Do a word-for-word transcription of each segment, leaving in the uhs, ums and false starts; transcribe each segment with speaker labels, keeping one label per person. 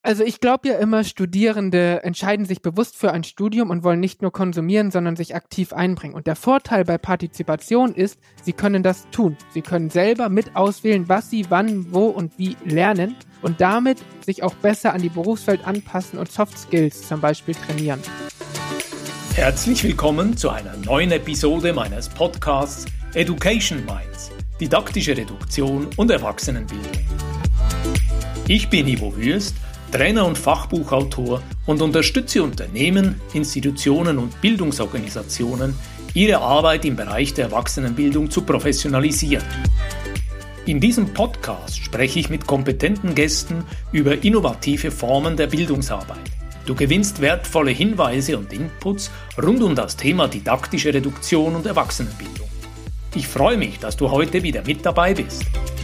Speaker 1: Also ich glaube ja immer, Studierende entscheiden sich bewusst für ein Studium und wollen nicht nur konsumieren, sondern sich aktiv einbringen. Und der Vorteil bei Partizipation ist, sie können das tun. Sie können selber mit auswählen, was sie wann, wo und wie lernen und damit sich auch besser an die Berufswelt anpassen und Soft Skills zum Beispiel trainieren.
Speaker 2: Herzlich willkommen zu einer neuen Episode meines Podcasts Education Minds, didaktische Reduktion und Erwachsenenbildung. Ich bin Ivo Wüst, Trainer und Fachbuchautor und unterstütze Unternehmen, Institutionen und Bildungsorganisationen, ihre Arbeit im Bereich der Erwachsenenbildung zu professionalisieren. In diesem Podcast spreche ich mit kompetenten Gästen über innovative Formen der Bildungsarbeit. Du gewinnst wertvolle Hinweise und Inputs rund um das Thema didaktische Reduktion und Erwachsenenbildung. Ich freue mich, dass du heute wieder mit dabei bist.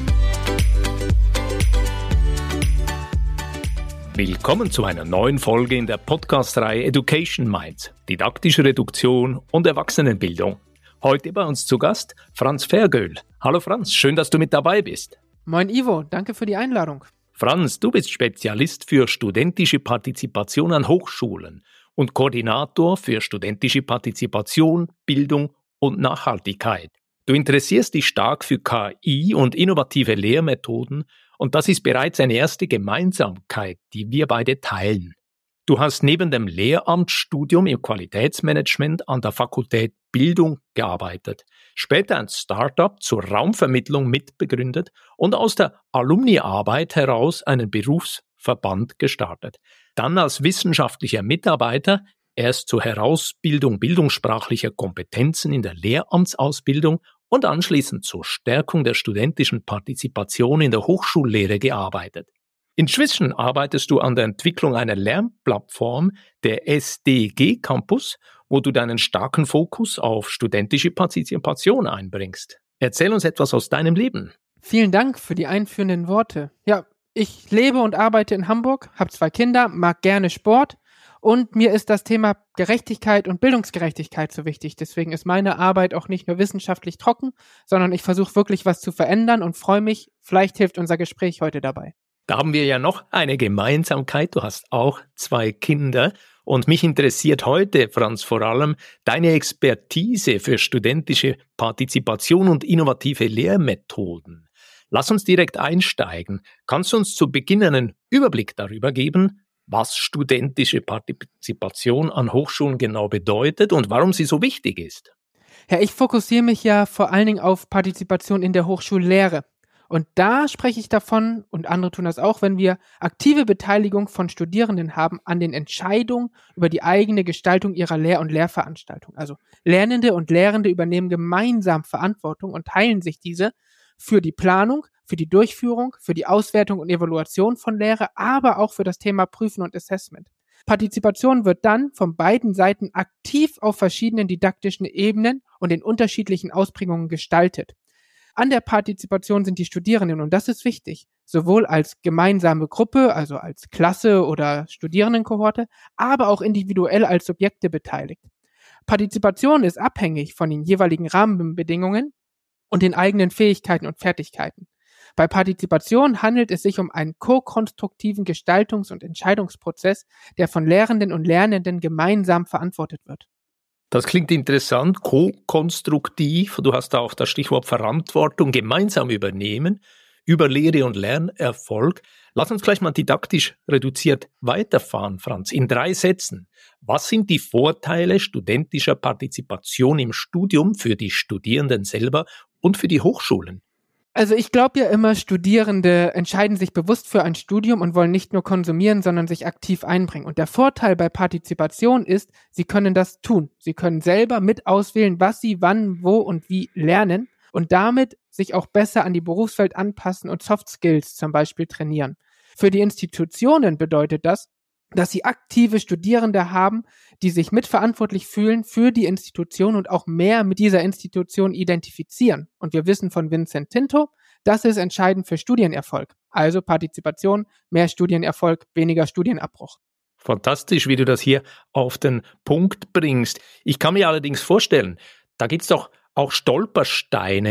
Speaker 2: Willkommen zu einer neuen Folge in der Podcast-Reihe Education Minds, didaktische Reduktion und Erwachsenenbildung. Heute bei uns zu Gast Franz Vergöhl. Hallo Franz, schön, dass du mit dabei bist.
Speaker 1: Moin Ivo, danke für die Einladung.
Speaker 2: Franz, du bist Spezialist für studentische Partizipation an Hochschulen und Koordinator für studentische Partizipation, Bildung und Nachhaltigkeit. Du interessierst dich stark für K I und innovative Lehrmethoden und das ist bereits eine erste Gemeinsamkeit, die wir beide teilen. Du hast neben dem Lehramtsstudium im Qualitätsmanagement an der Fakultät Bildung gearbeitet, später ein Startup zur Raumvermittlung mitbegründet und aus der Alumniarbeit heraus einen Berufsverband gestartet. Dann als wissenschaftlicher Mitarbeiter erst zur Herausbildung bildungssprachlicher Kompetenzen in der Lehramtsausbildung und anschließend zur Stärkung der studentischen Partizipation in der Hochschullehre gearbeitet. Inzwischen arbeitest du an der Entwicklung einer Lernplattform, der S D G Campus, wo du deinen starken Fokus auf studentische Partizipation einbringst. Erzähl uns etwas aus deinem Leben.
Speaker 1: Vielen Dank für die einführenden Worte. Ja, ich lebe und arbeite in Hamburg, habe zwei Kinder, mag gerne Sport. Und mir ist das Thema Gerechtigkeit und Bildungsgerechtigkeit so wichtig. Deswegen ist meine Arbeit auch nicht nur wissenschaftlich trocken, sondern ich versuche wirklich was zu verändern und freue mich, vielleicht hilft unser Gespräch heute dabei.
Speaker 2: Da haben wir ja noch eine Gemeinsamkeit. Du hast auch zwei Kinder. Und mich interessiert heute, Franz, vor allem deine Expertise für studentische Partizipation und innovative Lehrmethoden. Lass uns direkt einsteigen. Kannst du uns zu Beginn einen Überblick darüber geben, was studentische Partizipation an Hochschulen genau bedeutet und warum sie so wichtig ist?
Speaker 1: Ja, ich fokussiere mich ja vor allen Dingen auf Partizipation in der Hochschullehre. Und da spreche ich davon, und andere tun das auch, wenn wir aktive Beteiligung von Studierenden haben an den Entscheidungen über die eigene Gestaltung ihrer Lehr- und Lehrveranstaltung. Also Lernende und Lehrende übernehmen gemeinsam Verantwortung und teilen sich diese für die Planung, für die Durchführung, für die Auswertung und Evaluation von Lehre, aber auch für das Thema Prüfen und Assessment. Partizipation wird dann von beiden Seiten aktiv auf verschiedenen didaktischen Ebenen und in unterschiedlichen Ausprägungen gestaltet. An der Partizipation sind die Studierenden, und das ist wichtig, sowohl als gemeinsame Gruppe, also als Klasse oder Studierendenkohorte, aber auch individuell als Subjekte beteiligt. Partizipation ist abhängig von den jeweiligen Rahmenbedingungen und den eigenen Fähigkeiten und Fertigkeiten. Bei Partizipation handelt es sich um einen ko-konstruktiven Gestaltungs- und Entscheidungsprozess, der von Lehrenden und Lernenden gemeinsam verantwortet wird.
Speaker 2: Das klingt interessant, ko-konstruktiv. Du hast da auch das Stichwort Verantwortung gemeinsam übernehmen über Lehre und Lernerfolg. Lass uns gleich mal didaktisch reduziert weiterfahren, Franz, in drei Sätzen. Was sind die Vorteile studentischer Partizipation im Studium für die Studierenden selber und für die Hochschulen?
Speaker 1: Also ich glaube ja immer, Studierende entscheiden sich bewusst für ein Studium und wollen nicht nur konsumieren, sondern sich aktiv einbringen. Und der Vorteil bei Partizipation ist, sie können das tun. Sie können selber mit auswählen, was sie wann, wo und wie lernen und damit sich auch besser an die Berufswelt anpassen und Soft Skills zum Beispiel trainieren. Für die Institutionen bedeutet das, dass sie aktive Studierende haben, die sich mitverantwortlich fühlen für die Institution und auch mehr mit dieser Institution identifizieren. Und wir wissen von Vincent Tinto, das ist entscheidend für Studienerfolg. Also Partizipation, mehr Studienerfolg, weniger Studienabbruch.
Speaker 2: Fantastisch, wie du das hier auf den Punkt bringst. Ich kann mir allerdings vorstellen, da gibt es doch auch Stolpersteine.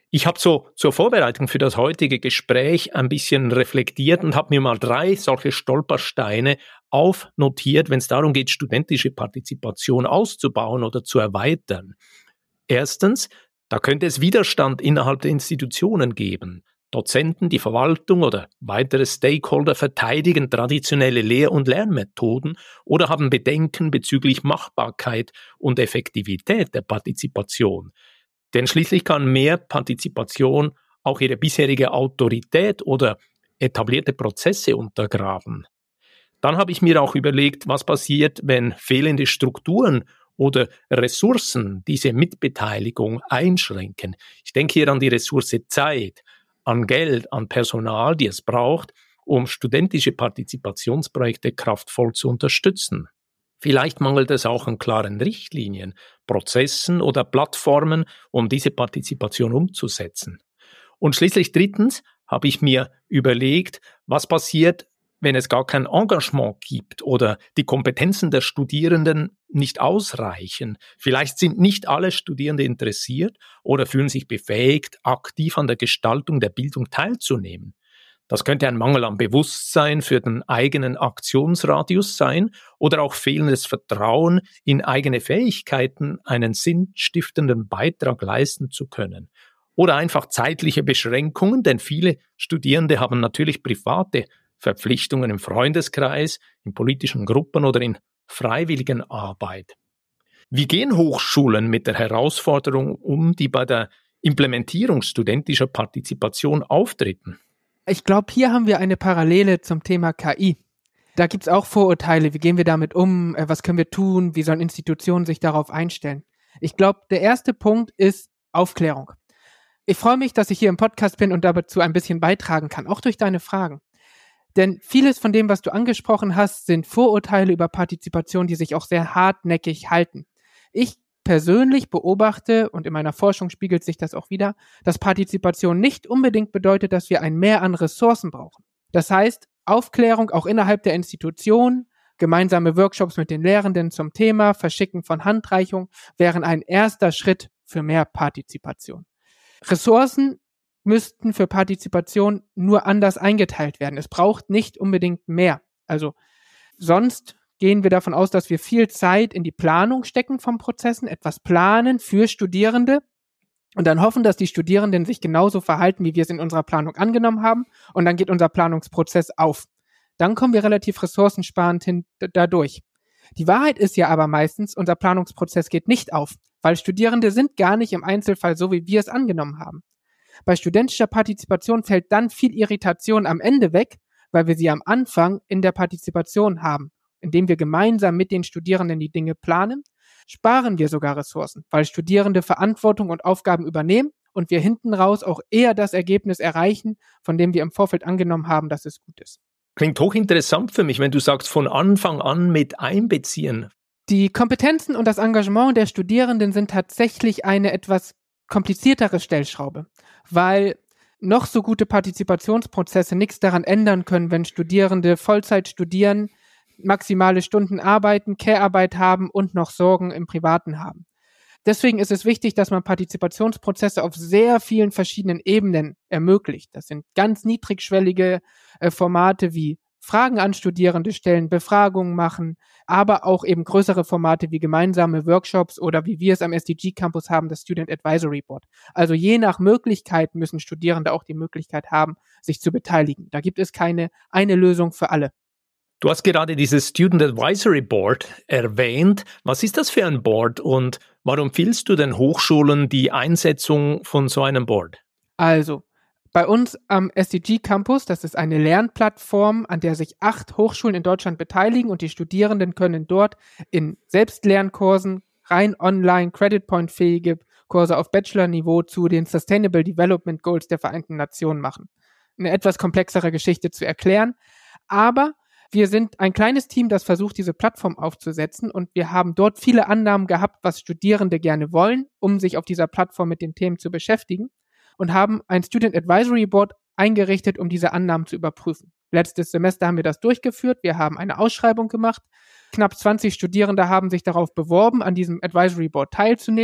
Speaker 2: Ich habe so zur Vorbereitung für das heutige Gespräch ein bisschen reflektiert und habe mir mal drei solche Stolpersteine aufnotiert, wenn es darum geht, studentische Partizipation auszubauen oder zu erweitern. Erstens, da könnte es Widerstand innerhalb der Institutionen geben. Dozenten, die Verwaltung oder weitere Stakeholder verteidigen traditionelle Lehr- und Lernmethoden oder haben Bedenken bezüglich Machbarkeit und Effektivität der Partizipation. Denn schließlich kann mehr Partizipation auch ihre bisherige Autorität oder etablierte Prozesse untergraben. Dann habe ich mir auch überlegt, was passiert, wenn fehlende Strukturen oder Ressourcen diese Mitbeteiligung einschränken. Ich denke hier an die Ressource Zeit, an Geld, an Personal, die es braucht, um studentische Partizipationsprojekte kraftvoll zu unterstützen. Vielleicht mangelt es auch an klaren Richtlinien, Prozessen oder Plattformen, um diese Partizipation umzusetzen. Und schließlich drittens habe ich mir überlegt, was passiert, wenn es gar kein Engagement gibt oder die Kompetenzen der Studierenden nicht ausreichen. Vielleicht sind nicht alle Studierende interessiert oder fühlen sich befähigt, aktiv an der Gestaltung der Bildung teilzunehmen. Das könnte ein Mangel an Bewusstsein für den eigenen Aktionsradius sein oder auch fehlendes Vertrauen in eigene Fähigkeiten, einen sinnstiftenden Beitrag leisten zu können. Oder einfach zeitliche Beschränkungen, denn viele Studierende haben natürlich private Verpflichtungen im Freundeskreis, in politischen Gruppen oder in freiwilligen Arbeit. Wie gehen Hochschulen mit der Herausforderung um, die bei der Implementierung studentischer Partizipation auftreten?
Speaker 1: Ich glaube, hier haben wir eine Parallele zum Thema K I. Da gibt's auch Vorurteile. Wie gehen wir damit um? Was können wir tun? Wie sollen Institutionen sich darauf einstellen? Ich glaube, der erste Punkt ist Aufklärung. Ich freue mich, dass ich hier im Podcast bin und dazu ein bisschen beitragen kann, auch durch deine Fragen. Denn vieles von dem, was du angesprochen hast, sind Vorurteile über Partizipation, die sich auch sehr hartnäckig halten. Ich persönlich beobachte, und in meiner Forschung spiegelt sich das auch wieder, dass Partizipation nicht unbedingt bedeutet, dass wir ein Mehr an Ressourcen brauchen. Das heißt, Aufklärung auch innerhalb der Institution, gemeinsame Workshops mit den Lehrenden zum Thema, Verschicken von Handreichung, wären ein erster Schritt für mehr Partizipation. Ressourcen müssten für Partizipation nur anders eingeteilt werden. Es braucht nicht unbedingt mehr. Also sonst gehen wir davon aus, dass wir viel Zeit in die Planung stecken von Prozessen, etwas planen für Studierende und dann hoffen, dass die Studierenden sich genauso verhalten, wie wir es in unserer Planung angenommen haben, und dann geht unser Planungsprozess auf. Dann kommen wir relativ ressourcensparend hin dadurch. Die Wahrheit ist ja aber meistens, unser Planungsprozess geht nicht auf, weil Studierende sind gar nicht im Einzelfall so, wie wir es angenommen haben. Bei studentischer Partizipation fällt dann viel Irritation am Ende weg, weil wir sie am Anfang in der Partizipation haben. Indem wir gemeinsam mit den Studierenden die Dinge planen, sparen wir sogar Ressourcen, weil Studierende Verantwortung und Aufgaben übernehmen und wir hinten raus auch eher das Ergebnis erreichen, von dem wir im Vorfeld angenommen haben, dass es gut ist.
Speaker 2: Klingt hochinteressant für mich, wenn du sagst, von Anfang an mit einbeziehen.
Speaker 1: Die Kompetenzen und das Engagement der Studierenden sind tatsächlich eine etwas kompliziertere Stellschraube, weil noch so gute Partizipationsprozesse nichts daran ändern können, wenn Studierende Vollzeit studieren, maximale Stunden arbeiten, Care-Arbeit haben und noch Sorgen im Privaten haben. Deswegen ist es wichtig, dass man Partizipationsprozesse auf sehr vielen verschiedenen Ebenen ermöglicht. Das sind ganz niedrigschwellige äh, Formate wie Fragen an Studierende stellen, Befragungen machen, aber auch eben größere Formate wie gemeinsame Workshops oder wie wir es am S D G Campus haben, das Student Advisory Board. Also je nach Möglichkeit müssen Studierende auch die Möglichkeit haben, sich zu beteiligen. Da gibt es keine eine Lösung für alle.
Speaker 2: Du hast gerade dieses Student Advisory Board erwähnt. Was ist das für ein Board und warum empfiehlst du den Hochschulen die Einsetzung von so einem Board?
Speaker 1: Also, bei uns am S D G Campus, das ist eine Lernplattform, an der sich acht Hochschulen in Deutschland beteiligen und die Studierenden können dort in Selbstlernkursen rein online Credit-Point-fähige Kurse auf Bachelor-Niveau zu den Sustainable Development Goals der Vereinten Nationen machen. Eine etwas komplexere Geschichte zu erklären, aber wir sind ein kleines Team, das versucht, diese Plattform aufzusetzen und wir haben dort viele Annahmen gehabt, was Studierende gerne wollen, um sich auf dieser Plattform mit den Themen zu beschäftigen und haben ein Student Advisory Board eingerichtet, um diese Annahmen zu überprüfen. Letztes Semester haben wir das durchgeführt, wir haben eine Ausschreibung gemacht, knapp zwanzig Studierende haben sich darauf beworben, an diesem Advisory Board teilzunehmen.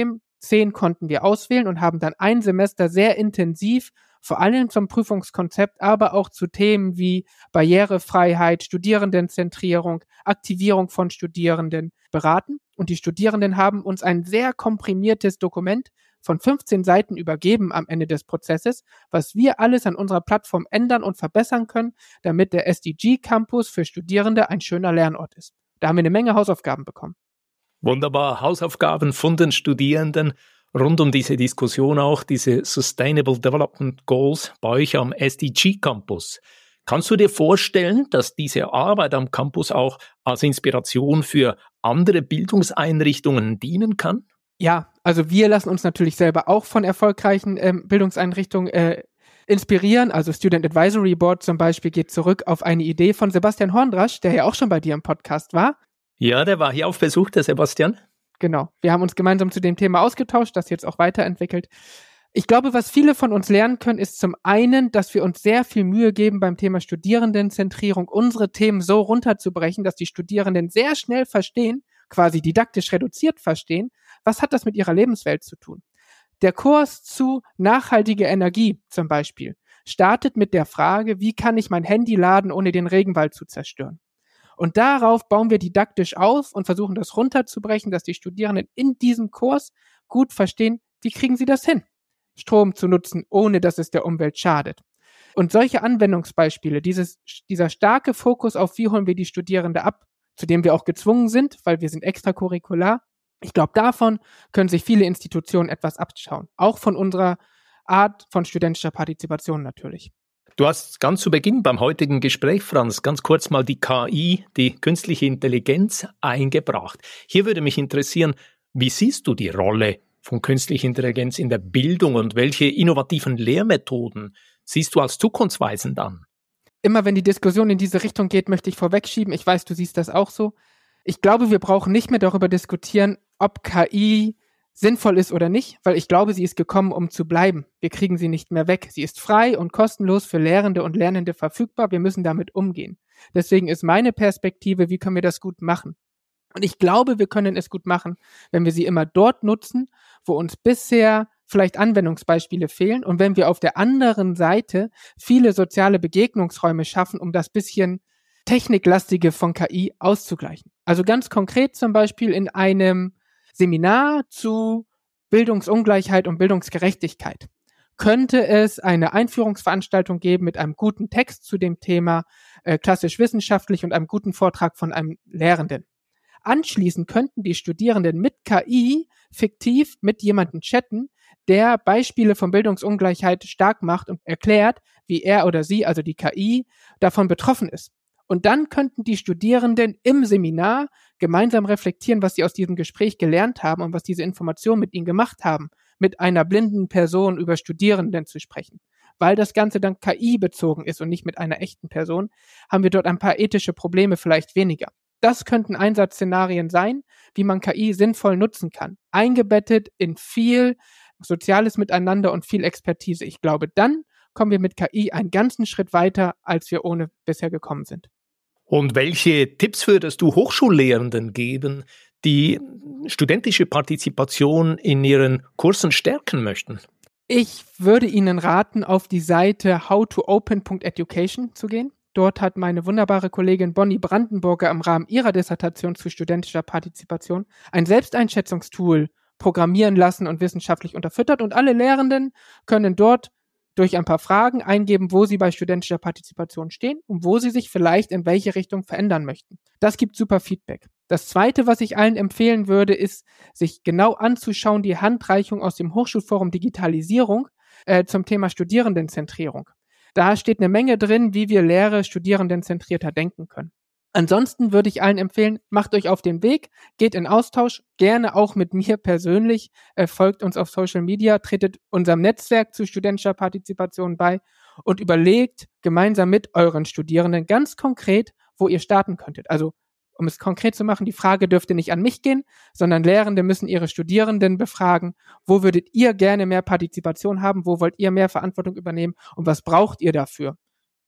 Speaker 1: Zehn konnten wir auswählen und haben dann ein Semester sehr intensiv, vor allem zum Prüfungskonzept, aber auch zu Themen wie Barrierefreiheit, Studierendenzentrierung, Aktivierung von Studierenden beraten. Und die Studierenden haben uns ein sehr komprimiertes Dokument von fünfzehn Seiten übergeben am Ende des Prozesses, was wir alles an unserer Plattform ändern und verbessern können, damit der S D G Campus für Studierende ein schöner Lernort ist. Da haben wir eine Menge Hausaufgaben bekommen.
Speaker 2: Wunderbar, Hausaufgaben von den Studierenden rund um diese Diskussion auch, diese Sustainable Development Goals bei euch am S D G Campus. Kannst du dir vorstellen, dass diese Arbeit am Campus auch als Inspiration für andere Bildungseinrichtungen dienen kann?
Speaker 1: Ja, also wir lassen uns natürlich selber auch von erfolgreichen ähm, Bildungseinrichtungen äh, inspirieren. Also Student Advisory Board zum Beispiel geht zurück auf eine Idee von Sebastian Horndrasch, der ja auch schon bei dir im Podcast war.
Speaker 2: Ja, der war hier auf Besuch, der Sebastian.
Speaker 1: Genau, wir haben uns gemeinsam zu dem Thema ausgetauscht, das jetzt auch weiterentwickelt. Ich glaube, was viele von uns lernen können, ist zum einen, dass wir uns sehr viel Mühe geben beim Thema Studierendenzentrierung, unsere Themen so runterzubrechen, dass die Studierenden sehr schnell verstehen, quasi didaktisch reduziert verstehen, was hat das mit ihrer Lebenswelt zu tun. Der Kurs zu nachhaltiger Energie zum Beispiel startet mit der Frage, wie kann ich mein Handy laden, ohne den Regenwald zu zerstören? Und darauf bauen wir didaktisch auf und versuchen das runterzubrechen, dass die Studierenden in diesem Kurs gut verstehen, wie kriegen sie das hin, Strom zu nutzen, ohne dass es der Umwelt schadet. Und solche Anwendungsbeispiele, dieses, dieser starke Fokus auf, wie holen wir die Studierende ab, zu dem wir auch gezwungen sind, weil wir sind extracurricular. Ich glaube, davon können sich viele Institutionen etwas abschauen. Auch von unserer Art von studentischer Partizipation natürlich.
Speaker 2: Du hast ganz zu Beginn beim heutigen Gespräch, Franz, ganz kurz mal die K I, die künstliche Intelligenz, eingebracht. Hier würde mich interessieren, wie siehst du die Rolle von künstlicher Intelligenz in der Bildung und welche innovativen Lehrmethoden siehst du als zukunftsweisend an?
Speaker 1: Immer wenn die Diskussion in diese Richtung geht, möchte ich vorwegschieben. Ich weiß, du siehst das auch so. Ich glaube, wir brauchen nicht mehr darüber diskutieren, ob K I sinnvoll ist oder nicht, weil ich glaube, sie ist gekommen, um zu bleiben. Wir kriegen sie nicht mehr weg. Sie ist frei und kostenlos für Lehrende und Lernende verfügbar. Wir müssen damit umgehen. Deswegen ist meine Perspektive, wie können wir das gut machen? Und ich glaube, wir können es gut machen, wenn wir sie immer dort nutzen, wo uns bisher vielleicht Anwendungsbeispiele fehlen und wenn wir auf der anderen Seite viele soziale Begegnungsräume schaffen, um das bisschen Techniklastige von K I auszugleichen. Also ganz konkret zum Beispiel in einem Seminar zu Bildungsungleichheit und Bildungsgerechtigkeit könnte es eine Einführungsveranstaltung geben mit einem guten Text zu dem Thema, äh, klassisch wissenschaftlich und einem guten Vortrag von einem Lehrenden. Anschließend könnten die Studierenden mit K I fiktiv mit jemandem chatten, der Beispiele von Bildungsungleichheit stark macht und erklärt, wie er oder sie, also die K I, davon betroffen ist. Und dann könnten die Studierenden im Seminar gemeinsam reflektieren, was sie aus diesem Gespräch gelernt haben und was diese Informationen mit ihnen gemacht haben, mit einer blinden Person über Studierenden zu sprechen. Weil das Ganze dann K I-bezogen ist und nicht mit einer echten Person, haben wir dort ein paar ethische Probleme vielleicht weniger. Das könnten Einsatzszenarien sein, wie man K I sinnvoll nutzen kann, eingebettet in viel soziales Miteinander und viel Expertise. Ich glaube, dann kommen wir mit K I einen ganzen Schritt weiter, als wir ohne bisher gekommen sind.
Speaker 2: Und welche Tipps würdest du Hochschullehrenden geben, die studentische Partizipation in ihren Kursen stärken möchten?
Speaker 1: Ich würde Ihnen raten, auf die Seite how to open dot education zu gehen. Dort hat meine wunderbare Kollegin Bonnie Brandenburger im Rahmen ihrer Dissertation zu studentischer Partizipation ein Selbsteinschätzungstool programmieren lassen und wissenschaftlich unterfüttert. Und alle Lehrenden können dort durch ein paar Fragen eingeben, wo sie bei studentischer Partizipation stehen und wo sie sich vielleicht in welche Richtung verändern möchten. Das gibt super Feedback. Das Zweite, was ich allen empfehlen würde, ist, sich genau anzuschauen, die Handreichung aus dem Hochschulforum Digitalisierung äh, zum Thema Studierendenzentrierung. Da steht eine Menge drin, wie wir Lehre studierendenzentrierter denken können. Ansonsten würde ich allen empfehlen, macht euch auf den Weg, geht in Austausch, gerne auch mit mir persönlich, äh, folgt uns auf Social Media, tretet unserem Netzwerk zu studentischer Partizipation bei und überlegt gemeinsam mit euren Studierenden ganz konkret, wo ihr starten könntet. Also um es konkret zu machen, die Frage dürfte nicht an mich gehen, sondern Lehrende müssen ihre Studierenden befragen, wo würdet ihr gerne mehr Partizipation haben, wo wollt ihr mehr Verantwortung übernehmen und was braucht ihr dafür?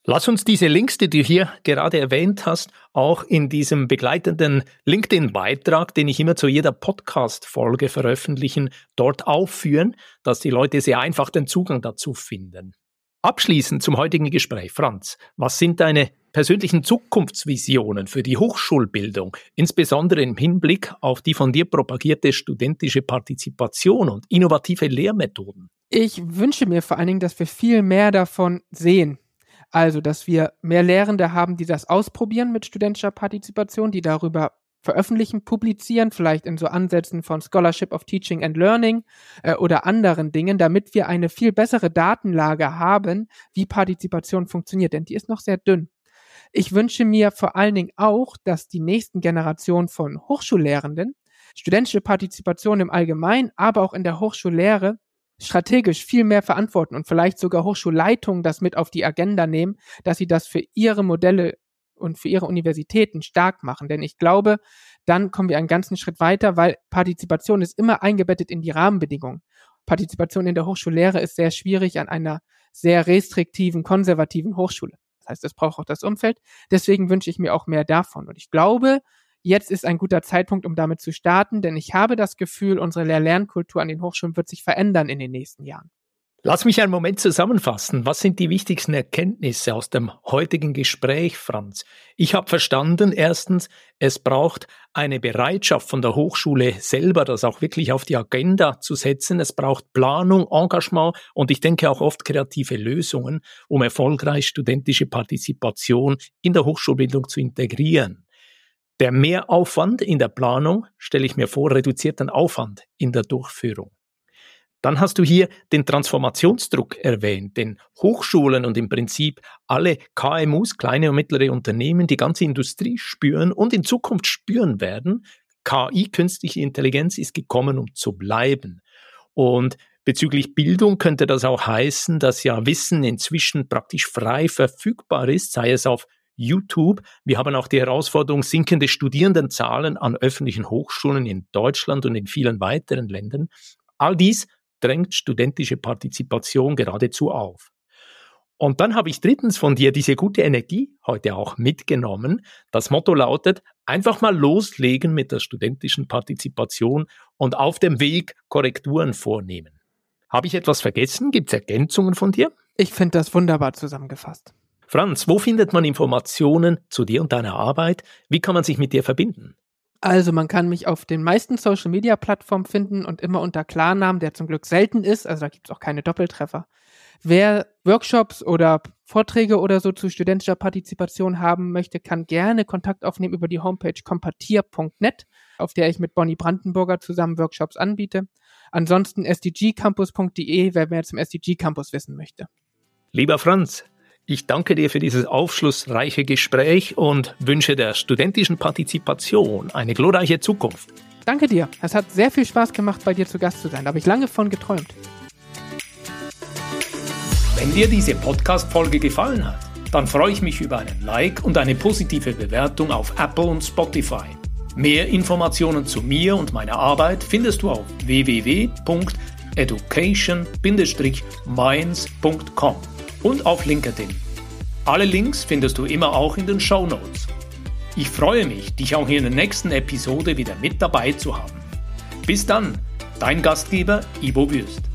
Speaker 2: Lass uns diese Links, die du hier gerade erwähnt hast, auch in diesem begleitenden LinkedIn-Beitrag, den ich immer zu jeder Podcast-Folge veröffentlichen, dort aufführen, dass die Leute sehr einfach den Zugang dazu finden. Abschließend zum heutigen Gespräch, Franz, was sind deine persönlichen Zukunftsvisionen für die Hochschulbildung, insbesondere im Hinblick auf die von dir propagierte studentische Partizipation und innovative Lehrmethoden?
Speaker 1: Ich wünsche mir vor allen Dingen, dass wir viel mehr davon sehen. Also, dass wir mehr Lehrende haben, die das ausprobieren mit studentischer Partizipation, die darüber veröffentlichen, publizieren, vielleicht in so Ansätzen von Scholarship of Teaching and Learning äh, oder anderen Dingen, damit wir eine viel bessere Datenlage haben, wie Partizipation funktioniert, denn die ist noch sehr dünn. Ich wünsche mir vor allen Dingen auch, dass die nächsten Generationen von Hochschullehrenden studentische Partizipation im Allgemeinen, aber auch in der Hochschullehre strategisch viel mehr verantworten und vielleicht sogar Hochschulleitungen das mit auf die Agenda nehmen, dass sie das für ihre Modelle und für ihre Universitäten stark machen. Denn ich glaube, dann kommen wir einen ganzen Schritt weiter, weil Partizipation ist immer eingebettet in die Rahmenbedingungen. Partizipation in der Hochschullehre ist sehr schwierig an einer sehr restriktiven, konservativen Hochschule. Das heißt, es braucht auch das Umfeld. Deswegen wünsche ich mir auch mehr davon. Und ich glaube, jetzt ist ein guter Zeitpunkt, um damit zu starten, denn ich habe das Gefühl, unsere Lehr-Lernkultur an den Hochschulen wird sich verändern in den nächsten Jahren.
Speaker 2: Lass mich einen Moment zusammenfassen. Was sind die wichtigsten Erkenntnisse aus dem heutigen Gespräch, Franz? Ich habe verstanden, erstens, es braucht eine Bereitschaft von der Hochschule selber, das auch wirklich auf die Agenda zu setzen. Es braucht Planung, Engagement und ich denke auch oft kreative Lösungen, um erfolgreich studentische Partizipation in der Hochschulbildung zu integrieren. Der Mehraufwand in der Planung, stelle ich mir vor, reduziert den Aufwand in der Durchführung. Dann hast du hier den Transformationsdruck erwähnt, den Hochschulen und im Prinzip alle K M Us, kleine und mittlere Unternehmen, die ganze Industrie spüren und in Zukunft spüren werden. K I, künstliche Intelligenz, ist gekommen, um zu bleiben. Und bezüglich Bildung könnte das auch heißen, dass ja Wissen inzwischen praktisch frei verfügbar ist, sei es auf YouTube. Wir haben auch die Herausforderung sinkende Studierendenzahlen an öffentlichen Hochschulen in Deutschland und in vielen weiteren Ländern. All dies drängt studentische Partizipation geradezu auf. Und dann habe ich drittens von dir diese gute Energie heute auch mitgenommen. Das Motto lautet, einfach mal loslegen mit der studentischen Partizipation und auf dem Weg Korrekturen vornehmen. Habe ich etwas vergessen? Gibt es Ergänzungen von dir?
Speaker 1: Ich finde das wunderbar zusammengefasst.
Speaker 2: Franz, wo findet man Informationen zu dir und deiner Arbeit? Wie kann man sich mit dir verbinden?
Speaker 1: Also man kann mich auf den meisten Social-Media-Plattformen finden und immer unter Klarnamen, der zum Glück selten ist, also da gibt es auch keine Doppeltreffer. Wer Workshops oder Vorträge oder so zu studentischer Partizipation haben möchte, kann gerne Kontakt aufnehmen über die Homepage kompatier punkt net, auf der ich mit Bonnie Brandenburger zusammen Workshops anbiete. Ansonsten s d g campus punkt d e, wer mehr zum S D G Campus wissen möchte.
Speaker 2: Lieber Franz, ich danke dir für dieses aufschlussreiche Gespräch und wünsche der studentischen Partizipation eine glorreiche Zukunft.
Speaker 1: Danke dir. Es hat sehr viel Spaß gemacht, bei dir zu Gast zu sein. Da habe ich lange von geträumt.
Speaker 2: Wenn dir diese Podcast-Folge gefallen hat, dann freue ich mich über einen Like und eine positive Bewertung auf Apple und Spotify. Mehr Informationen zu mir und meiner Arbeit findest du auf w w w punkt education Bindestrich minds punkt com. und auf LinkedIn. Alle Links findest du immer auch in den Shownotes. Ich freue mich, dich auch in der nächsten Episode wieder mit dabei zu haben. Bis dann, dein Gastgeber Ivo Würst.